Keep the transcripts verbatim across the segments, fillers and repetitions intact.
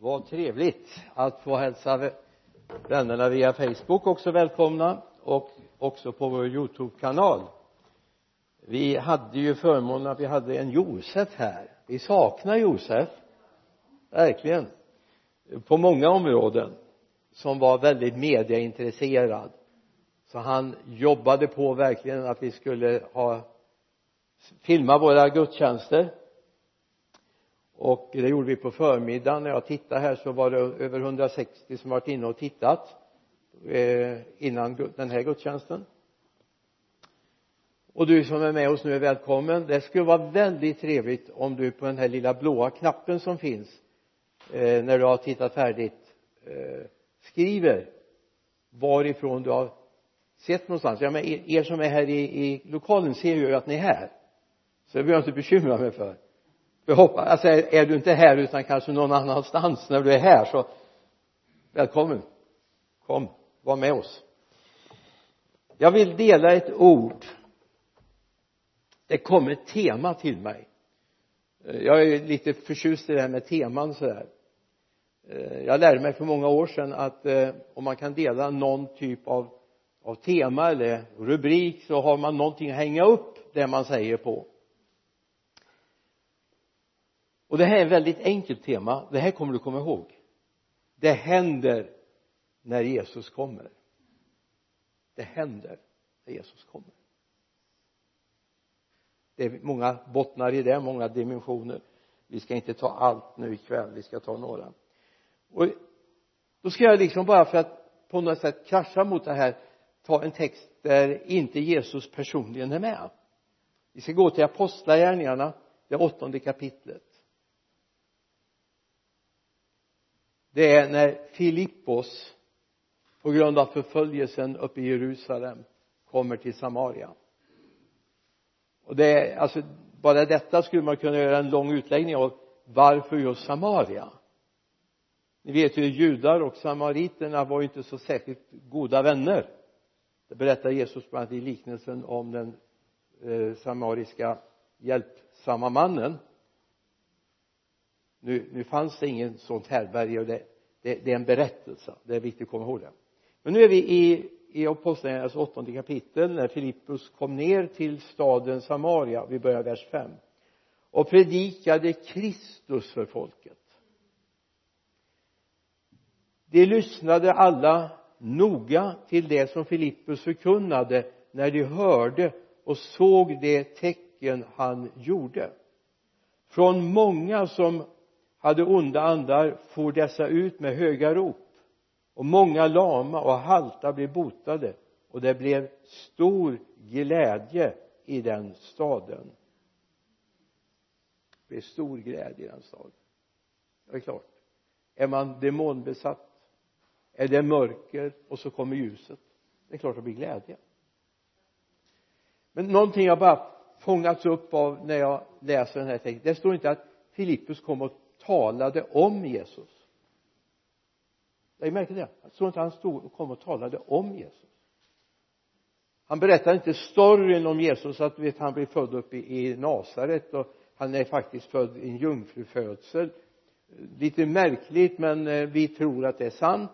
Vad trevligt att få hälsa vännerna via Facebook också välkomna, och också på vår YouTube-kanal. Vi hade ju förmånen att vi hade en Josef här. Vi saknar Josef verkligen på många områden, som var väldigt mediaintresserad. Så han jobbade på verkligen att vi skulle ha filma våra gudstjänster. Och det gjorde vi på förmiddagen. När jag tittade här så var det över hundrasextio som varit inne och tittat eh, innan den här gudstjänsten. Och du som är med oss nu är välkommen. Det skulle vara väldigt trevligt om du på den här lilla blåa knappen som finns eh, när du har tittat färdigt eh, skriver varifrån du har sett någonstans. Ja, men er, er som är här i, i lokalen ser ju att ni är här, så det behöver jag inte bekymra mig för. Jag hoppas, alltså är, är du inte här utan kanske någon annanstans när du är här, så välkommen, kom, var med oss. Jag vill dela ett ord. Det kommer ett tema till mig. Jag är lite förtjust i det här med teman så där. Jag lärde mig för många år sedan att eh, om man kan dela någon typ av, av tema eller rubrik, så har man någonting att hänga upp det man säger på. Och det här är ett väldigt enkelt tema. Det här kommer du komma ihåg. Det händer när Jesus kommer. Det händer när Jesus kommer. Det är många bottnar i det, många dimensioner. Vi ska inte ta allt nu ikväll, vi ska ta några. Och då ska jag liksom bara för att på något sätt krascha mot det här ta en text där inte Jesus personligen är med. Vi ska gå till Apostlagärningarna, det åttonde kapitlet. Det är när Filippos på grund av förföljelsen uppe i Jerusalem kommer till Samaria. Och det är alltså bara detta skulle man kunna göra en lång utläggning av. Varför just Samaria? Ni vet ju, judar och samariterna var ju inte så särskilt goda vänner. Det berättar Jesus bland annat i liknelsen om den eh, samariska hjälpsamma mannen. Nu, nu fanns det ingen sånt härberge, och det, det, det är en berättelse. Det är viktigt att komma ihåg det. Men nu är vi i, i Apostlagärningarnas åttonde kapitel, när Filippus kom ner till staden Samaria. Vi börjar vers fem. Och predikade Kristus för folket. De lyssnade alla noga till det som Filippus förkunnade, när de hörde och såg det tecken han gjorde. Från många som hade onda andar for dessa ut med höga rop, och många lama och halta blev botade, och det blev stor glädje i den staden. Det blev stor glädje i den staden. Det är klart. Är man demonbesatt, är det mörker och så kommer ljuset, det är klart att det blir glädje. Men någonting jag bara fångats upp av när jag läser den här texten, det står inte att Filippus kom och talade om Jesus. Jag märker det. Det står inte att han stod och kom och talade om Jesus. Han berättar inte storyn om Jesus, att vet, han blev född upp i, i Nasaret, och han är faktiskt född i en jungfrufödsel. Lite märkligt, men vi tror att det är sant.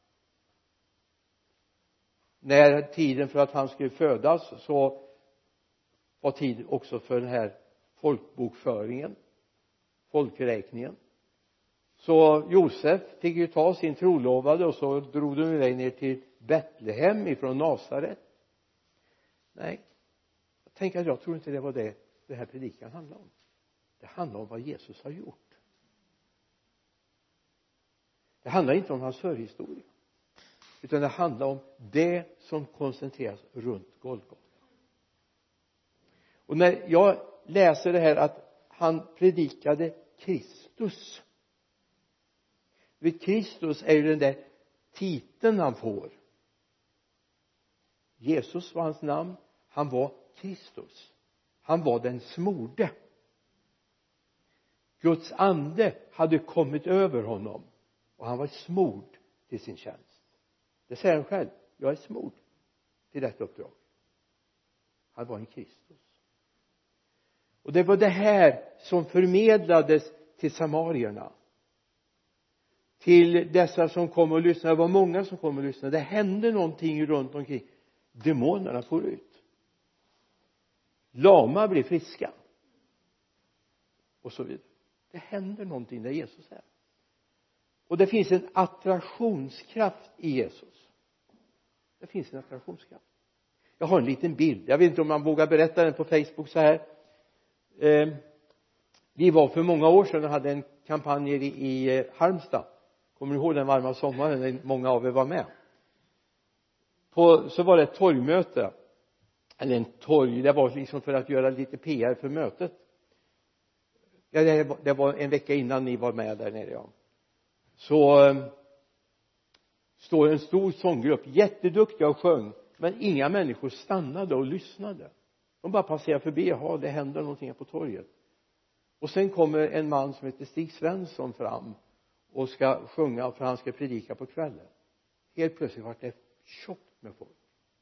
När tiden för att han skulle födas, så var tid också för den här folkbokföringen, folkräkningen. Så Josef fick ju ta sin trolovade, och så drog de iväg ner till Betlehem ifrån Nasaret. Nej, jag tänker att jag tror inte det var det det här predikan handlar om. Det handlar om vad Jesus har gjort. Det handlar inte om hans förhistoria, utan det handlar om det som koncentreras runt Golgata. Och när jag läser det här att han predikade Kristus. Vid Kristus är ju den där titeln han får. Jesus var hans namn. Han var Kristus. Han var den smorde. Guds ande hade kommit över honom, och han var smord till sin tjänst. Det säger han själv. Jag är smord till detta uppdrag. Han var en Kristus. Och det var det här som förmedlades till samarierna. till dessa som kom och lyssnade. Det var många som kom och lyssnade. Det hände någonting runt omkring. Demonerna får ut. Lama blir friska. Och så vidare. Det händer någonting där Jesus är. Och det finns en attraktionskraft i Jesus. Det finns en attraktionskraft. Jag har en liten bild. Jag vet inte om man vågar berätta den på Facebook så här. Eh, vi var för många år sedan och hade en kampanj i, i Halmstad. Kommer ni ihåg den varma sommaren när många av er var med? På, så var det ett torgmöte. Eller en torg. Det var liksom för att göra lite P R för mötet. Ja, det, var, det var en vecka innan ni var med där nere. Ja. Så eh, står en stor sånggrupp. Jätteduktiga och sjöng. Men inga människor stannade och lyssnade. De bara passerade förbi. Ja, det händer någonting här på torget. Och sen kommer en man som heter Stig Svensson fram. Och ska sjunga för han ska predika på kvällen. Helt plötsligt var det tjockt med folk.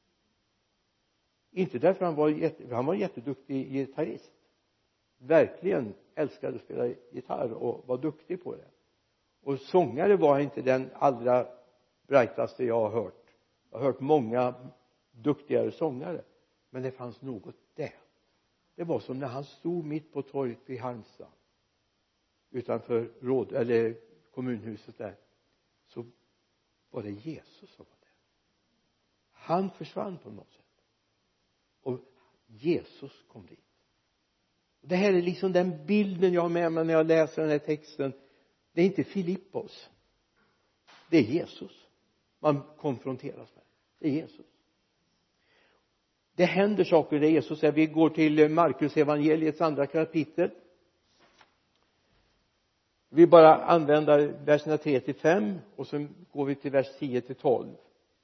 Inte därför han var, jätte, han var jätteduktig gitarrist. Verkligen älskade att spela gitarr och var duktig på det. Och sångare var inte den allra brightaste jag har hört. Jag har hört många duktigare sångare. Men det fanns något där. Det var som när han stod mitt på torget vid Halmstad. Utanför råd, eller kommunhuset där. Så var det Jesus som var där. Han försvann på något sätt. Och Jesus kom dit. Det här är liksom den bilden jag har med mig när jag läser den här texten. Det är inte Filippos. Det är Jesus. Man konfronteras med. Det är Jesus. Det händer saker där Jesus är. Vi går till Markus evangeliets andra kapitel. Vi bara använder verserna tre till fem. Och så går vi till vers tio till tolv.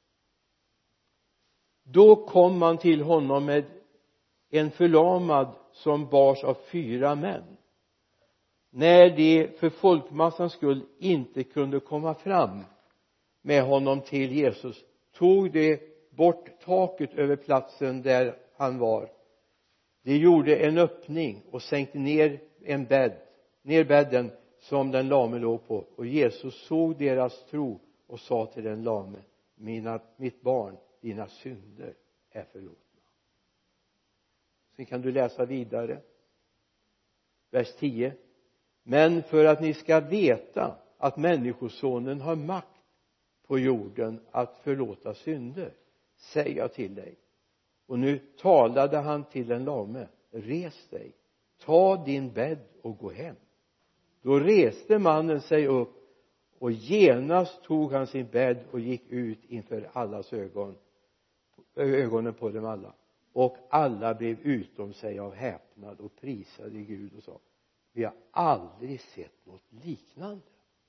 Då kom man till honom med en förlamad som bars av fyra män. När de för folkmassans skull inte kunde komma fram med honom till Jesus, tog de bort taket över platsen där han var. De gjorde en öppning och sänkte ner en bädd, ner bädden som den lame låg på. Och Jesus såg deras tro och sa till den lame: Mina, mitt barn, dina synder är förlåtna. Sen kan du läsa vidare. Vers tio. Men för att ni ska veta att människosonen har makt på jorden att förlåta synder, säger jag till dig. Och nu talade han till den lame: res dig, ta din bädd och gå hem. Då reste mannen sig upp och genast tog han sin bädd och gick ut inför allas ögon, ögonen på dem alla. Och alla blev utom sig av häpnad och prisade Gud och sa: vi har aldrig sett något liknande.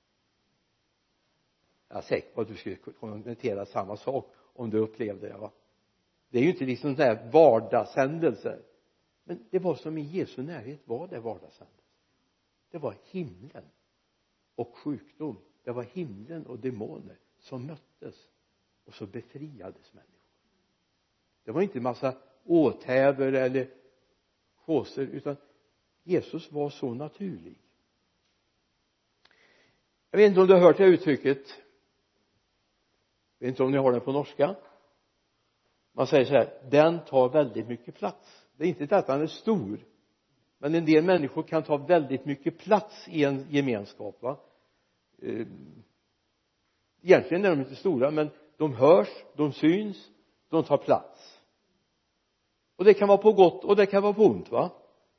Jag är säker på att du skulle kommentera samma sak om du upplevde det, va? Det är ju inte liksom sådana här vardagshändelser. Men det var som i Jesu närhet var det vardagshändelser. Det var himlen och sjukdom. Det var himlen och demoner som möttes. Och så befriades människor. Det var inte en massa åthävor eller chauser, utan Jesus var så naturlig. Jag vet inte om du har hört det uttrycket. Jag vet inte om ni har det på norska. Man säger så här: den tar väldigt mycket plats. Det är inte det att han är stor, men en del människor kan ta väldigt mycket plats i en gemenskap, va? Egentligen är de inte stora, men de hörs, de syns, de tar plats. Och det kan vara på gott och det kan vara på ont, va?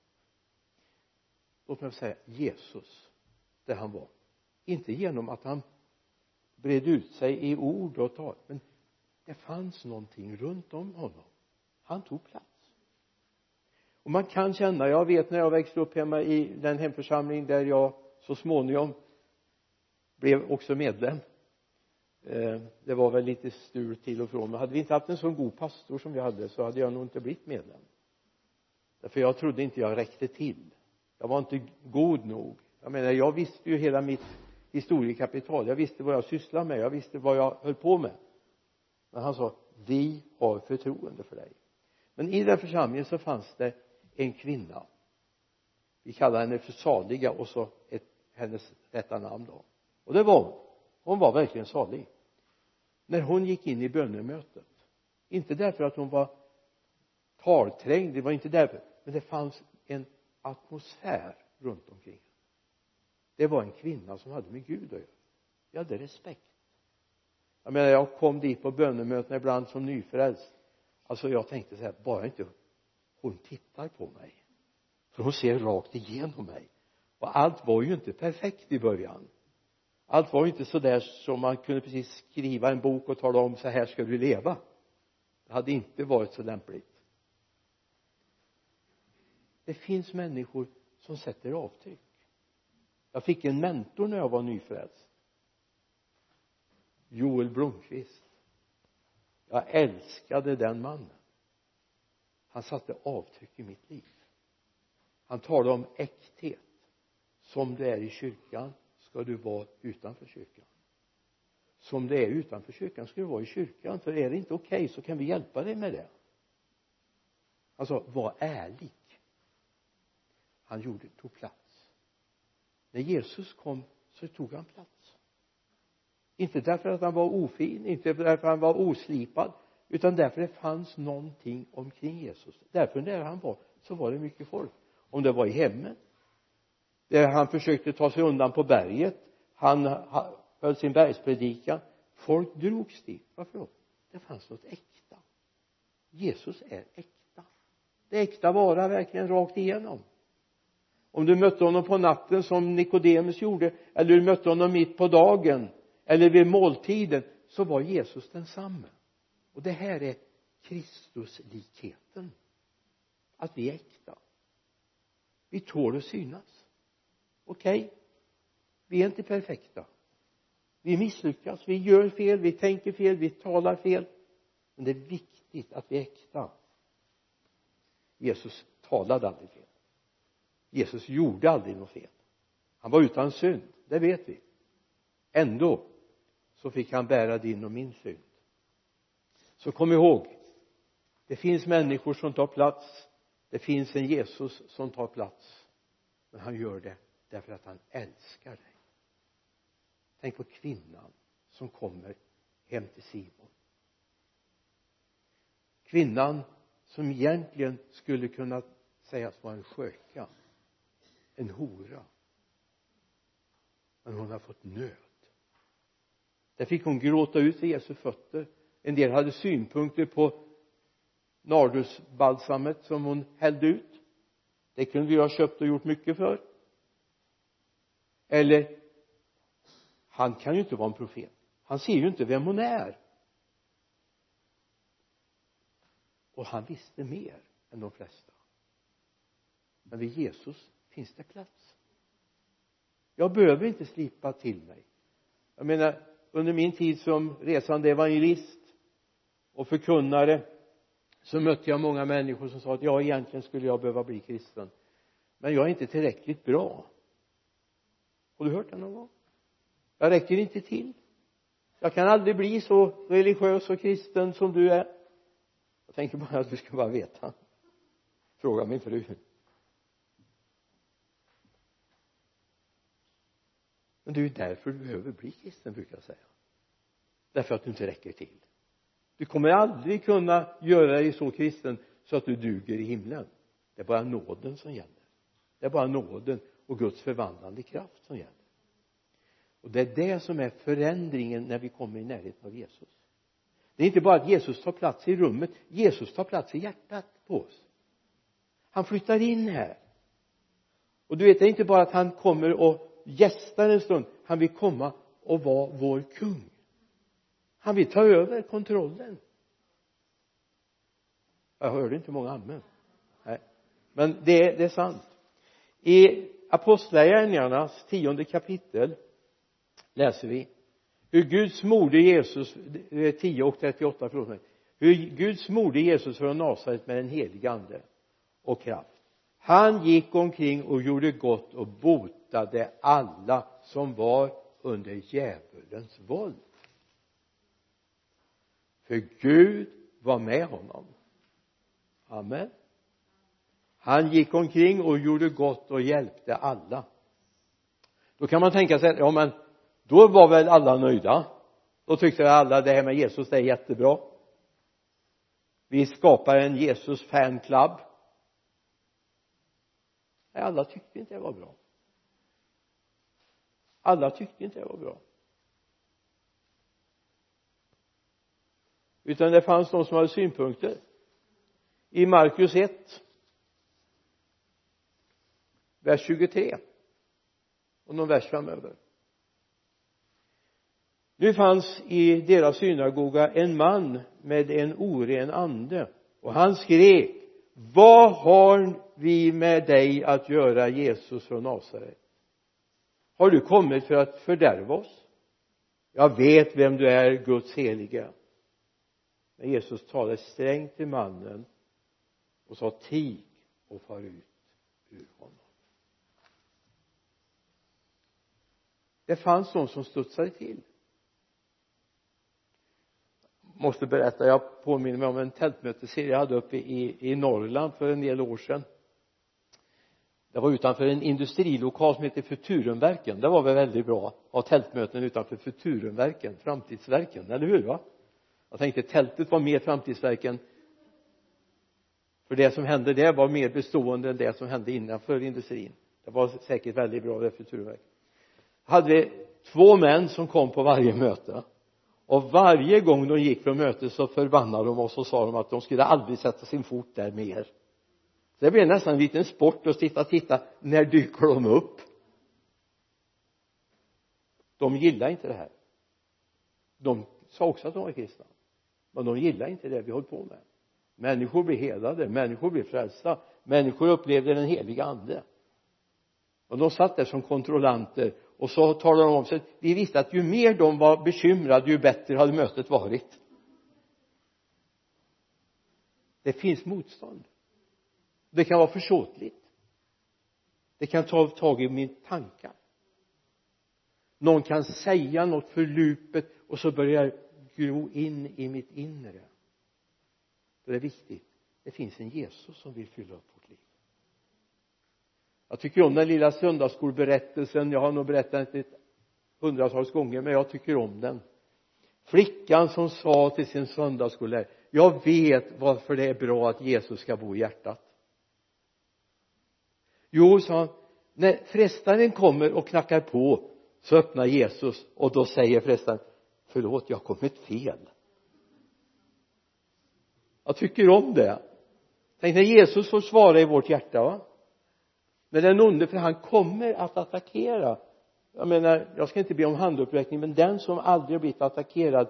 Låt mig säga Jesus, där han var. Inte genom att han bred ut sig i ord och tal, men det fanns någonting runt om honom. Han tog plats. Och man kan känna, jag vet när jag växte upp hemma i den hemförsamling där jag så småningom blev också medlem. Det var väl lite stur till och från, men hade vi inte haft en så god pastor som vi hade, så hade jag nog inte blivit medlem. Därför jag trodde inte jag räckte till. Jag var inte god nog. Jag menar, jag visste ju hela mitt historiekapital. Jag visste vad jag sysslade med. Jag visste vad jag höll på med. Men han sa: vi har förtroende för dig. Men i den församlingen så fanns det en kvinna. Vi kallar henne för Saliga, och så ett, hennes rätta namn då. Och det var hon. hon var verkligen salig när hon gick in i bönemötet. Inte därför att hon var talträngd, det var inte därför, men det fanns en atmosfär runt omkring. Det var en kvinna som hade med Gud att göra. Jag hade respekt. Jag menar, jag kom dit på bönemöten ibland som nyfrälst. Alltså jag tänkte så här, bara inte hon tittar på mig, för hon ser rakt igenom mig. Och allt var ju inte perfekt i början. Allt var ju inte så där som man kunde precis skriva en bok och tala om, så här ska du leva. Det hade inte varit så lämpligt. Det finns människor som sätter avtryck. Jag fick en mentor när jag var nyfrälst. Joel Blomqvist. Jag älskade den mannen. Han satte avtryck i mitt liv. Han talade om äkthet. Som det är i kyrkan ska du vara utanför kyrkan. Som det är utanför kyrkan ska du vara i kyrkan. För är det inte okej så kan vi hjälpa dig med det. Alltså, var ärlig. Han gjorde, tog plats. När Jesus kom så tog han plats. Inte därför att han var ofin, inte därför att han var oslipad, utan därför att det fanns någonting omkring Jesus. Därför när han var så var det mycket folk. Om det var i hemmet, där han försökte ta sig undan på berget, han höll sin bergspredikan, folk drogs dit. Varför då? Det fanns något äkta. Jesus är äkta. Det är äkta vara verkligen rakt igenom. Om du mötte honom på natten som Nikodemus gjorde, eller du mötte honom mitt på dagen eller vid måltiden, så var Jesus densamme. Och det här är Kristuslikheten, att vi är äkta. Vi tål att synas. Okej, okay. Vi är inte perfekta, vi misslyckas, vi gör fel, vi tänker fel, vi talar fel, men det är viktigt att vi är äkta. Jesus talade aldrig fel. Jesus gjorde aldrig något fel. Han var utan synd, det vet vi. Ändå så fick han bära din och min synd. Så kom ihåg, det finns människor som tar plats. Det finns en Jesus som tar plats. Men han gör det därför att han älskar dig. Tänk på kvinnan som kommer hem till Simon. Kvinnan som egentligen skulle kunna sägas vara en sköka, en hora, men hon har fått nöd. Där fick hon gråta ut för Jesu fötter. En del hade synpunkter på nardusbalsamet som hon hällde ut. Det kunde vi ha köpt och gjort mycket för. Eller, han kan ju inte vara en profet. Han ser ju inte vem hon är. Och han visste mer än de flesta. Men vid Jesus finns det plats. Jag behöver inte slipa till mig. Jag menar, under min tid som resande evangelist och förkunnare så mötte jag många människor som sa att ja, egentligen skulle jag behöva bli kristen, men jag är inte tillräckligt bra. Har du hört det någon gång? Jag räcker inte till. Jag kan aldrig bli så religiös och kristen som du är. Jag tänker bara att du ska bara veta. Fråga min fru. Men det är ju därför du behöver bli kristen, brukar jag säga. Därför att du inte räcker till. Du kommer aldrig kunna göra dig så kristen så att du duger i himlen. Det är bara nåden som gäller. Det är bara nåden och Guds förvandlande kraft som gäller. Och det är det som är förändringen när vi kommer i närheten av Jesus. Det är inte bara att Jesus tar plats i rummet. Jesus tar plats i hjärtat på oss. Han flyttar in här. Och du vet, det är inte bara att han kommer och gästar en stund. Han vill komma och vara vår kung. Han vill ta över kontrollen. Jag hörde inte många amen. Nej. Men det, det är sant. I Apostlagärningarnas tionde kapitel läser vi hur Gud smorde Jesus, tio och trettioåtta, förlåt mig. Hur Gud smorde Jesus från Nasaret med en helig ande och kraft. Han gick omkring och gjorde gott och botade alla som var under djävulens våld. För Gud var med honom. Amen. Han gick omkring och gjorde gott och hjälpte alla. Då kan man tänka sig, ja men då var väl alla nöjda. Då tyckte alla det här med Jesus det är jättebra. Vi skapar en Jesus fan club. Nej, alla tyckte inte det var bra. Alla tyckte inte det var bra. Utan det fanns någon som hade synpunkter. I Markus ett vers tjugotre och någon vers framöver. Nu fanns i deras synagoga en man med en oren ande, och han skrek: vad har vi med dig att göra, Jesus från Nasaret? Har du kommit för att fördärva oss? Jag vet vem du är, Guds helige. Men Jesus talade strängt till mannen och sa: tig och far ut ur honom. Det fanns någon som studsade till. Måste berätta, jag påminner mig om en tältmötesserie jag hade uppe i, i Norrland för en del år sedan. Det var utanför en industrilokal som heter Futurumverken. Det var väl väldigt bra att ha tältmöten utanför Futurumverken, framtidsverken, eller hur va? Jag tänkte tältet var mer framtidsverken, för det som hände där var mer bestående än det som hände innanför industrin. Det var säkert väldigt bra det Futurumverken. Hade vi två män som kom på varje möte, och varje gång de gick från mötet så förbannade de oss och sa de att de skulle aldrig sätta sin fot där mer. Så det blev nästan en liten sport att titta, titta när dyker de upp. De gillar inte det här. De sa också att de var kristna, men de gillar inte det vi håller på med. Människor blir helade, människor blir frälsta, människor upplevde den heliga ande, och de satt där som kontrollanter. Och så talade de om sig. Vi visste att ju mer de var bekymrade, ju bättre hade mötet varit. Det finns motstånd. Det kan vara försåtligt. Det kan ta tag i min tankar. Någon kan säga något förlupet och så börjar gro in i mitt inre. Det är viktigt. Det finns en Jesus som vill fylla upp vårt liv. Jag tycker om den lilla söndagsskolberättelsen. Jag har nog berättat den ett hundratals gånger, men jag tycker om den. Flickan som sa till sin söndagsskollärare: jag vet varför det är bra att Jesus ska bo i hjärtat. Jo, sa han, när frestaren kommer och knackar på så öppnar Jesus, och då säger frestaren: förlåt, jag har kommit fel. Jag tycker om det. Tänk när Jesus får svara i vårt hjärta, va? Men den onde, för han kommer att attackera. Jag menar, jag ska inte be om handuppräckning, men den som aldrig har blivit attackerad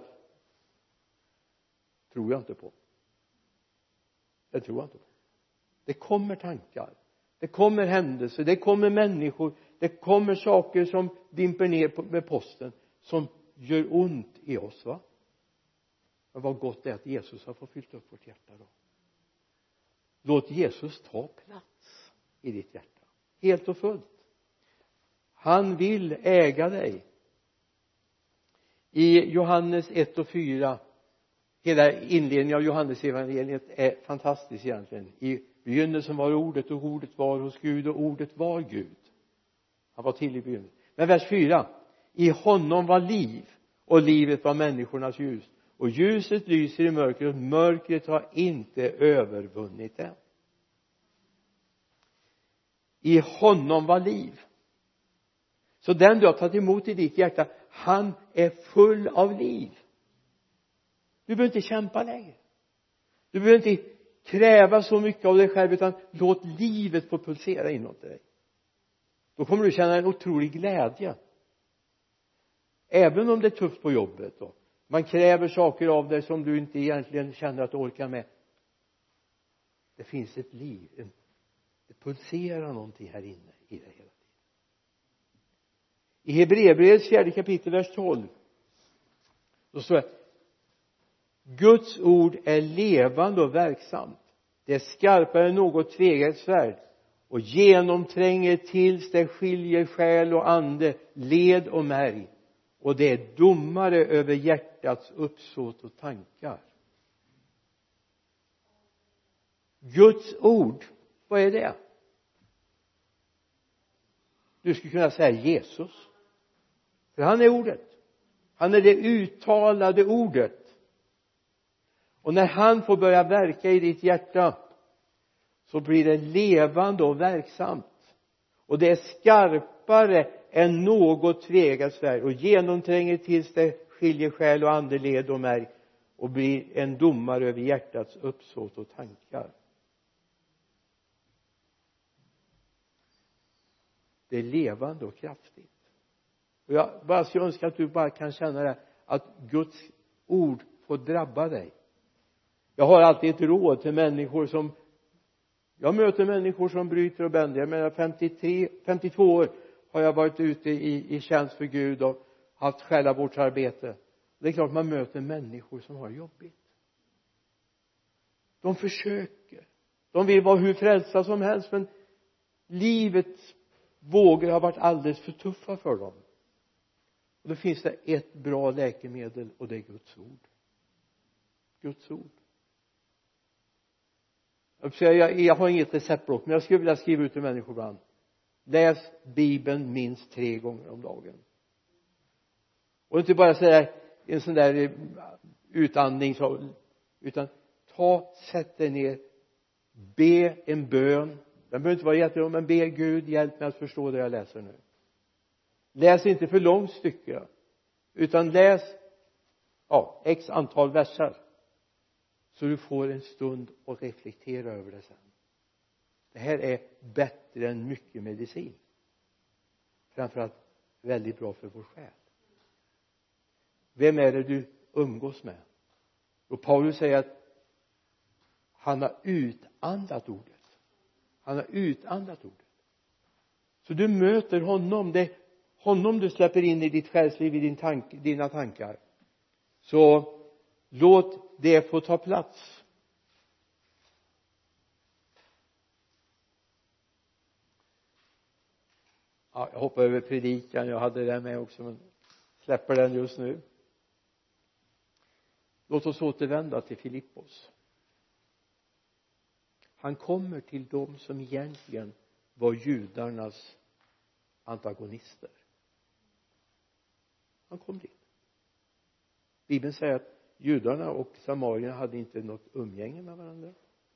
tror jag inte på. Det tror jag inte på. Det kommer tankar, det kommer händelser, det kommer människor, det kommer saker som dimper ner med posten som gör ont i oss, va? Men vad gott är att Jesus har fått fyllt upp vårt hjärta då. Låt Jesus ta plats i ditt hjärta. Helt och fullt. Han vill äga dig. I Johannes ett och fyra, hela inledningen av Johannes evangeliet är fantastisk egentligen. I begynnelsen var ordet, och ordet var hos Gud, och ordet var Gud. Han var till i begynnelsen. Men vers fyra: i honom var liv, och livet var människornas ljus. Och ljuset lyser i mörkret, och mörkret har inte övervunnit det. I honom var liv. Så den du har tagit emot i ditt hjärta, han är full av liv. Du behöver inte kämpa längre. Du behöver inte kräva så mycket av dig själv, utan låt livet få pulsera inåt dig. Då kommer du känna en otrolig glädje. Även om det är tufft på jobbet då. Man kräver saker av dig som du inte egentligen känner att du orkar med. Det finns ett liv, en det pulserar någonting här inne i det hela tiden. I Hebreerbrevets fjärde kapitel vers tolv då står det: Guds ord är levande och verksamt. Det är skarpare än något tveeggat svärd och genomtränger tills det skiljer själ och ande, led och märg, och det är domare över hjärtats uppsåt och tankar. Guds ord, vad är det? Du skulle kunna säga Jesus. för han är ordet, han är det uttalade ordet. Och när han får börja verka i ditt hjärta så blir det levande och verksamt, och det är skarpare än något tvegat svärd och genomtränger tills det skiljer själ och ande, led och märg, och blir en domare över hjärtats uppsåt och tankar. Det är levande och kraftigt. Och jag bara ska önska att du bara kan känna det, att Guds ord får drabba dig. Jag har alltid ett råd till människor som, jag möter människor som bryter och bänder. Jag menar femtiotre, femtiotvå år har jag varit ute i, i tjänst för Gud och haft själavårdsarbete. Det är klart man möter människor som har jobbigt. De försöker. De vill vara hur frälsta som helst, men livets vågor har varit alldeles för tuffa för dem. Och då finns det ett bra läkemedel, och det är Guds ord. Guds ord. Jag, jag har inget receptblock, men jag skulle vilja skriva ut till människor ibland: läs Bibeln minst tre gånger om dagen. Och inte bara säga en sån där utandning, utan ta, sätt dig ner, be en bön. Den behöver inte vara jättelång, men be Gud, hjälp mig att förstå det jag läser nu. Läs inte för långt stycke, utan läs ja, x antal verser, så du får en stund och reflektera över det sen. Det här är bättre än mycket medicin. Framförallt väldigt bra för vår själ. Vem är det du umgås med? Och Paulus säger att han har utandat ordet. Han har utandat ordet. Så du möter honom. Det är honom du släpper in i ditt själsliv, i din tank, dina tankar. Så låt det få ta plats. Ja, jag hoppar över predikan. Jag hade den med också, men släpper den just nu. Låt oss återvända till Filippos. Han kommer till dem som egentligen var judarnas antagonister. Han kom dit. Bibeln säger att judarna och samarierna hade inte något umgänge med varandra.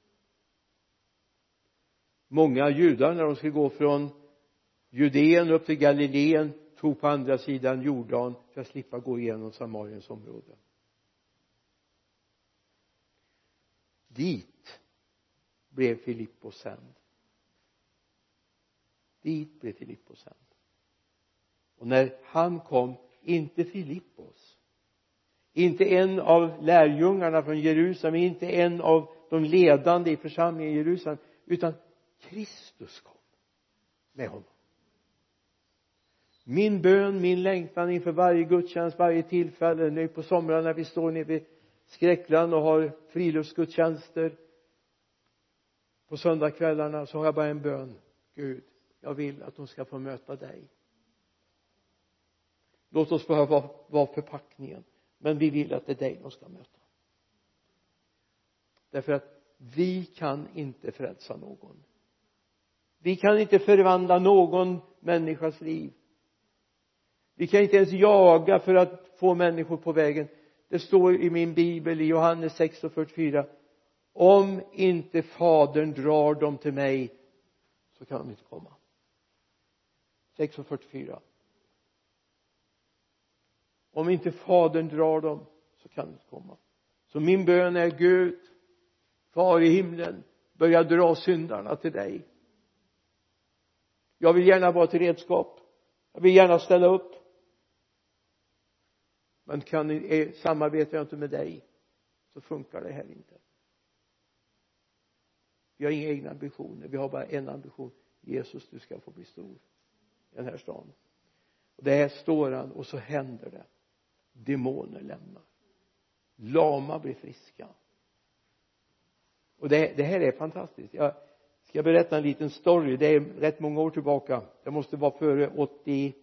Många judar, när de skulle gå från Judeen upp till Galileen, tog på andra sidan Jordan för att slippa gå igenom Samariens område. Dit blev Filippos sänd. Dit blev Filippos sänd. Och när han kom, inte Filippos, inte en av lärjungarna från Jerusalem, inte en av de ledande i församlingen i Jerusalem, utan Kristus kom med honom. Min bön, min längtan inför varje gudstjänst, varje tillfälle, nu på somrarna när vi står nere vid Skräckland och har friluftsgudstjänster på söndagskvällarna, så har jag bara en bön: Gud, jag vill att de ska få möta dig. Låt oss bara vara, vara förpackningen, men vi vill att det är dig de ska möta. Därför att vi kan inte frälsa någon. Vi kan inte förvandla någon människas liv. Vi kan inte ens jaga för att få människor på vägen. Det står i min bibel i Johannes sex och fyrtiofyra: om inte fadern drar dem till mig, så kan de inte komma. sex och fyrtiofyra. Om inte fadern drar dem, så kan de inte komma. Så min bön är: Gud, far i himlen, börja dra syndarna till dig. Jag vill gärna vara ett redskap. Jag vill gärna ställa upp. Men kan ni, samarbetar jag inte med dig, så funkar det här inte. Vi har inga egna ambitioner. Vi har bara en ambition: Jesus, du ska få bli stor i den här stan. Och det här står han, och så händer det. Demoner lämnar. Lama blir friska. Och det, det här är fantastiskt. Jag ska berätta en liten story. Det är rätt många år tillbaka. Det måste vara före åttionio.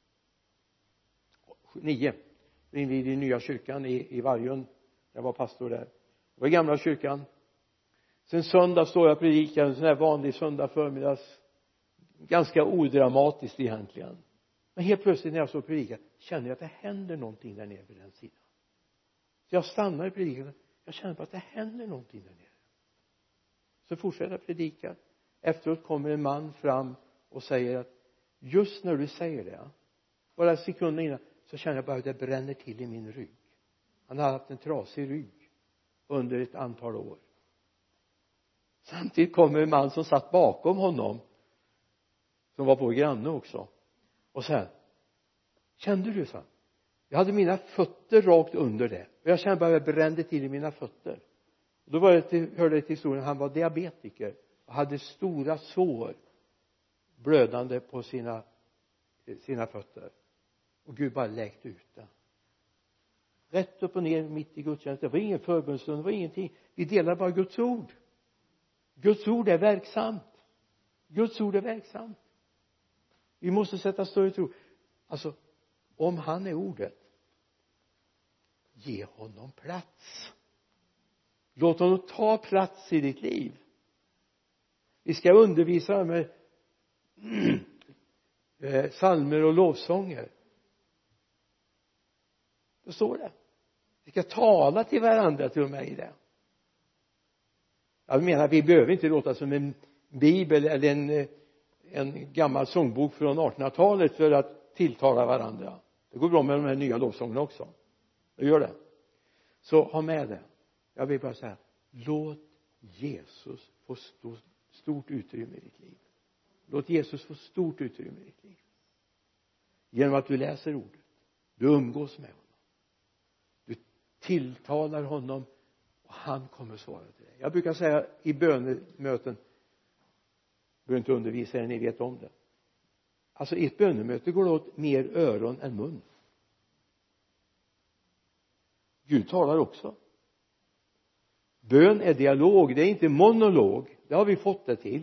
Vi invigde i nya kyrkan i, i Vargön. Jag var pastor där. Det var i gamla kyrkan. Sen söndag står jag och predikar en sån här vanlig söndag förmiddags. Ganska odramatiskt egentligen. Men helt plötsligt när jag så predikar känner jag att det händer någonting där nere på den sidan. Så jag stannar i predikan. Jag känner på att det händer någonting där nere. Så fortsätter jag predika. Efteråt kommer en man fram och säger att just när du säger det, bara sekunder innan, så känner jag bara att det bränner till i min rygg. Han har haft en trasig rygg under ett antal år. Samtidigt kommer en man som satt bakom honom, som var vår granne också, och sen kände du så? Jag hade mina fötter rakt under det och jag kände bara att det brände till i mina fötter. Och då var det till, hörde det till historien, han var diabetiker och hade stora sår blödande på sina sina fötter, och Gud bara läkte ut det rätt upp och ner mitt i gudstjänsten. Det var ingen förbönstund, det var ingenting. Vi delar bara Guds ord. Guds ord är verksamt. Guds ord är verksamt. Vi måste sätta större tro. Alltså, om han är ordet, ge honom plats. Låt honom ta plats i ditt liv. Vi ska undervisa med psalmer och lovsånger. Då står det. Vi ska tala till varandra, till och med i det. Jag menar, vi behöver inte låta som en bibel eller en, en gammal sångbok från artonhundratalet för att tilltala varandra. Det går bra med de här nya lovsångerna också. Det gör det. Så ha med det. Jag vill bara säga, låt Jesus få stort, stort utrymme i ditt liv. Låt Jesus få stort utrymme i ditt liv. Genom att du läser ordet. Du umgås med honom. Du tilltalar honom och han kommer svara till dig. Jag brukar säga i bönemöten, jag behöver inte undervisa er, ni vet om det. Alltså i ett bönemöte går det åt mer öron än mun. Gud talar också. Bön är dialog, det är inte monolog. Det har vi fått det till.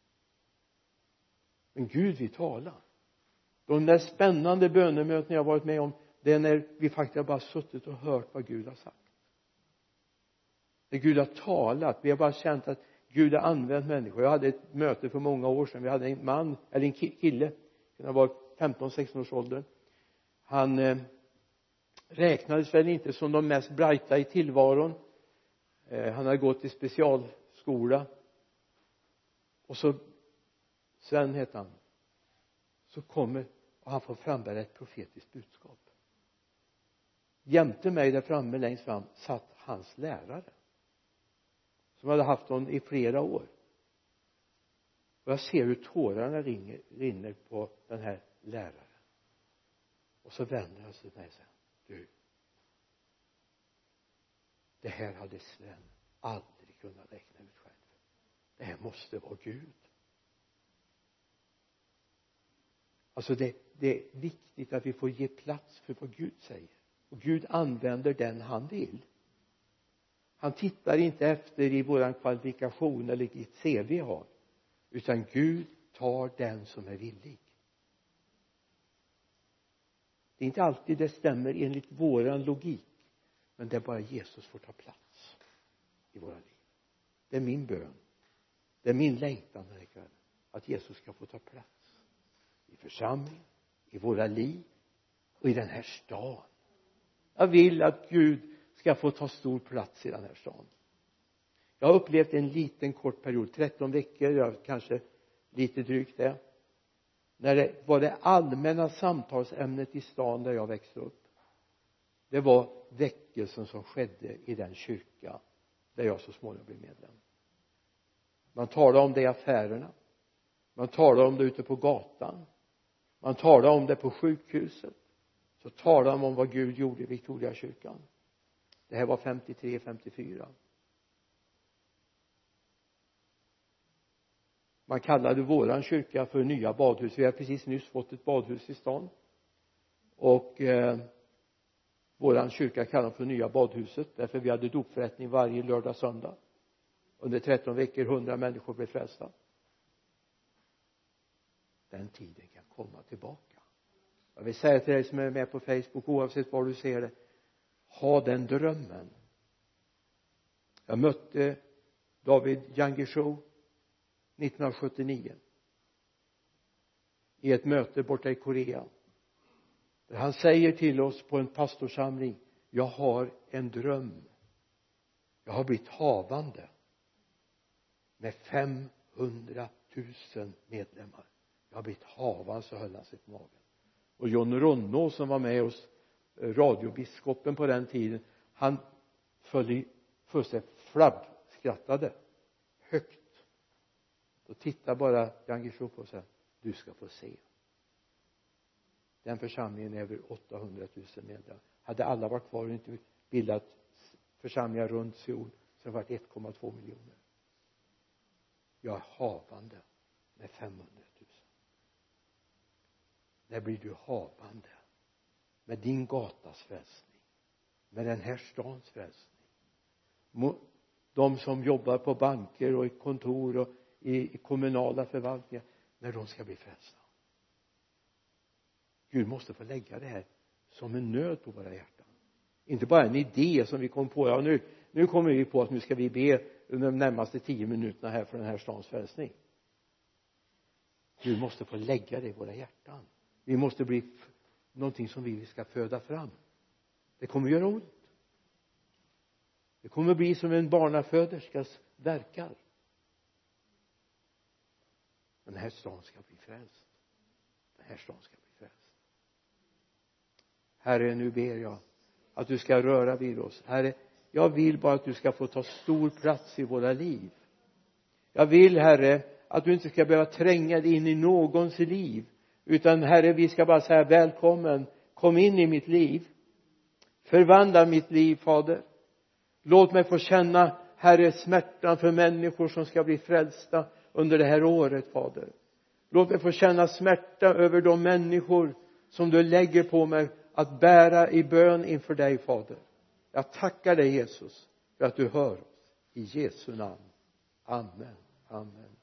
Men Gud vill tala. De där spännande bönemöten jag har varit med om, det är när vi faktiskt har bara suttit och hört vad Gud har sagt. När Gud har talat, vi har bara känt att Gud har använt människor. Jag hade ett möte för många år sedan. Vi hade en man, eller en kille, han var femton sexton års ålder. Han eh, räknades väl inte som de mest brighta i tillvaron. Eh, han hade gått i specialskola. Och så, Sven heter han. Så kommer, och han får frambära ett profetiskt budskap. Jämte mig där framme längst fram satt hans lärare. Som hade haft honom i flera år. Och jag ser hur tårarna ringer, rinner på den här läraren. Och så vänder han sig till mig och säger, du, det här hade Sven aldrig kunnat räkna ut själv. Det här måste vara Gud. Alltså det, det är viktigt att vi får ge plats för vad Gud säger. Och Gud använder den han vill. Han tittar inte efter i våran kvalifikation eller vilket C V har. Utan Gud tar den som är villig. Det är inte alltid det stämmer enligt våran logik. Men det är bara Jesus får ta plats i våra liv. Det är min bön. Det är min längtan den här kvällen. Att Jesus ska få ta plats. I församling, i våra liv och i den här stan. Jag vill att Gud ska få ta stor plats i den här stan. Jag har upplevt en liten kort period, tretton veckor, jag kanske lite drygt det. När det var det allmänna samtalsämnet i stan där jag växte upp. Det var väckelsen som skedde i den kyrka där jag så småningom blev medlem. Man talade om det i affärerna. Man talade om det ute på gatan. Man talade om det på sjukhuset. Så talade man om vad Gud gjorde i Victoriakyrkan. Det här var femtiotre femtiofyra. Man kallade våran kyrka för nya badhus. Vi har precis nyss fått ett badhus i stan. Och eh, våran kyrka kallade för nya badhuset. Därför vi hade dopförrättning varje lördag söndag. Under tretton veckor hundra människor blev frälsta. Den tiden kan komma tillbaka. Jag vill säga till dig som är med på Facebook, oavsett var du ser det, ha den drömmen. Jag mötte David Yangisho nittonhundrasjuttionio i ett möte borta i Korea. Han säger till oss på en pastorsamling: jag har en dröm. Jag har blivit havande med femhundratusen medlemmar. Jag har blivit havande, så höll han sig på magen. Och John Ronno, som var med oss, radiobiskopen på den tiden, han föll i för sig flabb, skrattade högt. Då tittar bara Jan Guillou på och säger: du ska få se. Den församlingen är över åttahundratusen medlemmar. Hade alla varit kvar och inte bildat församlingar runt Seoul, så har det varit ett komma två miljoner. Jag är havande med femhundratusen. Där blir du havande med din gatas frälsning, med den här stans frälsning. De som jobbar på banker och i kontor och i, i kommunala förvaltningar, när de ska bli frälsta. Gud måste få lägga det här som en nöd på våra hjärtan. Inte bara en idé som vi kom på. Ja, nu, nu kommer vi på att nu ska vi be under de närmaste tio minuterna här för den här stans frälsning. Gud måste få lägga det i våra hjärtan. Vi måste bli någonting som vi ska föda fram. Det kommer göra ont. Det kommer bli som en barnaföderskas verkar. Men den här stan ska bli frälst. Den här stan ska bli frälst. Herre, nu ber jag att du ska röra vid oss. Herre, jag vill bara att du ska få ta stor plats i våra liv. Jag vill, Herre, att du inte ska behöva tränga dig in i någons liv. Utan, Herre, vi ska bara säga: välkommen, kom in i mitt liv. Förvandla mitt liv, Fader. Låt mig få känna, Herre, smärtan för människor som ska bli frälsta under det här året, Fader. Låt mig få känna smärta över de människor som du lägger på mig att bära i bön inför dig, Fader. Jag tackar dig, Jesus, för att du hör oss. I Jesu namn. Amen. Amen.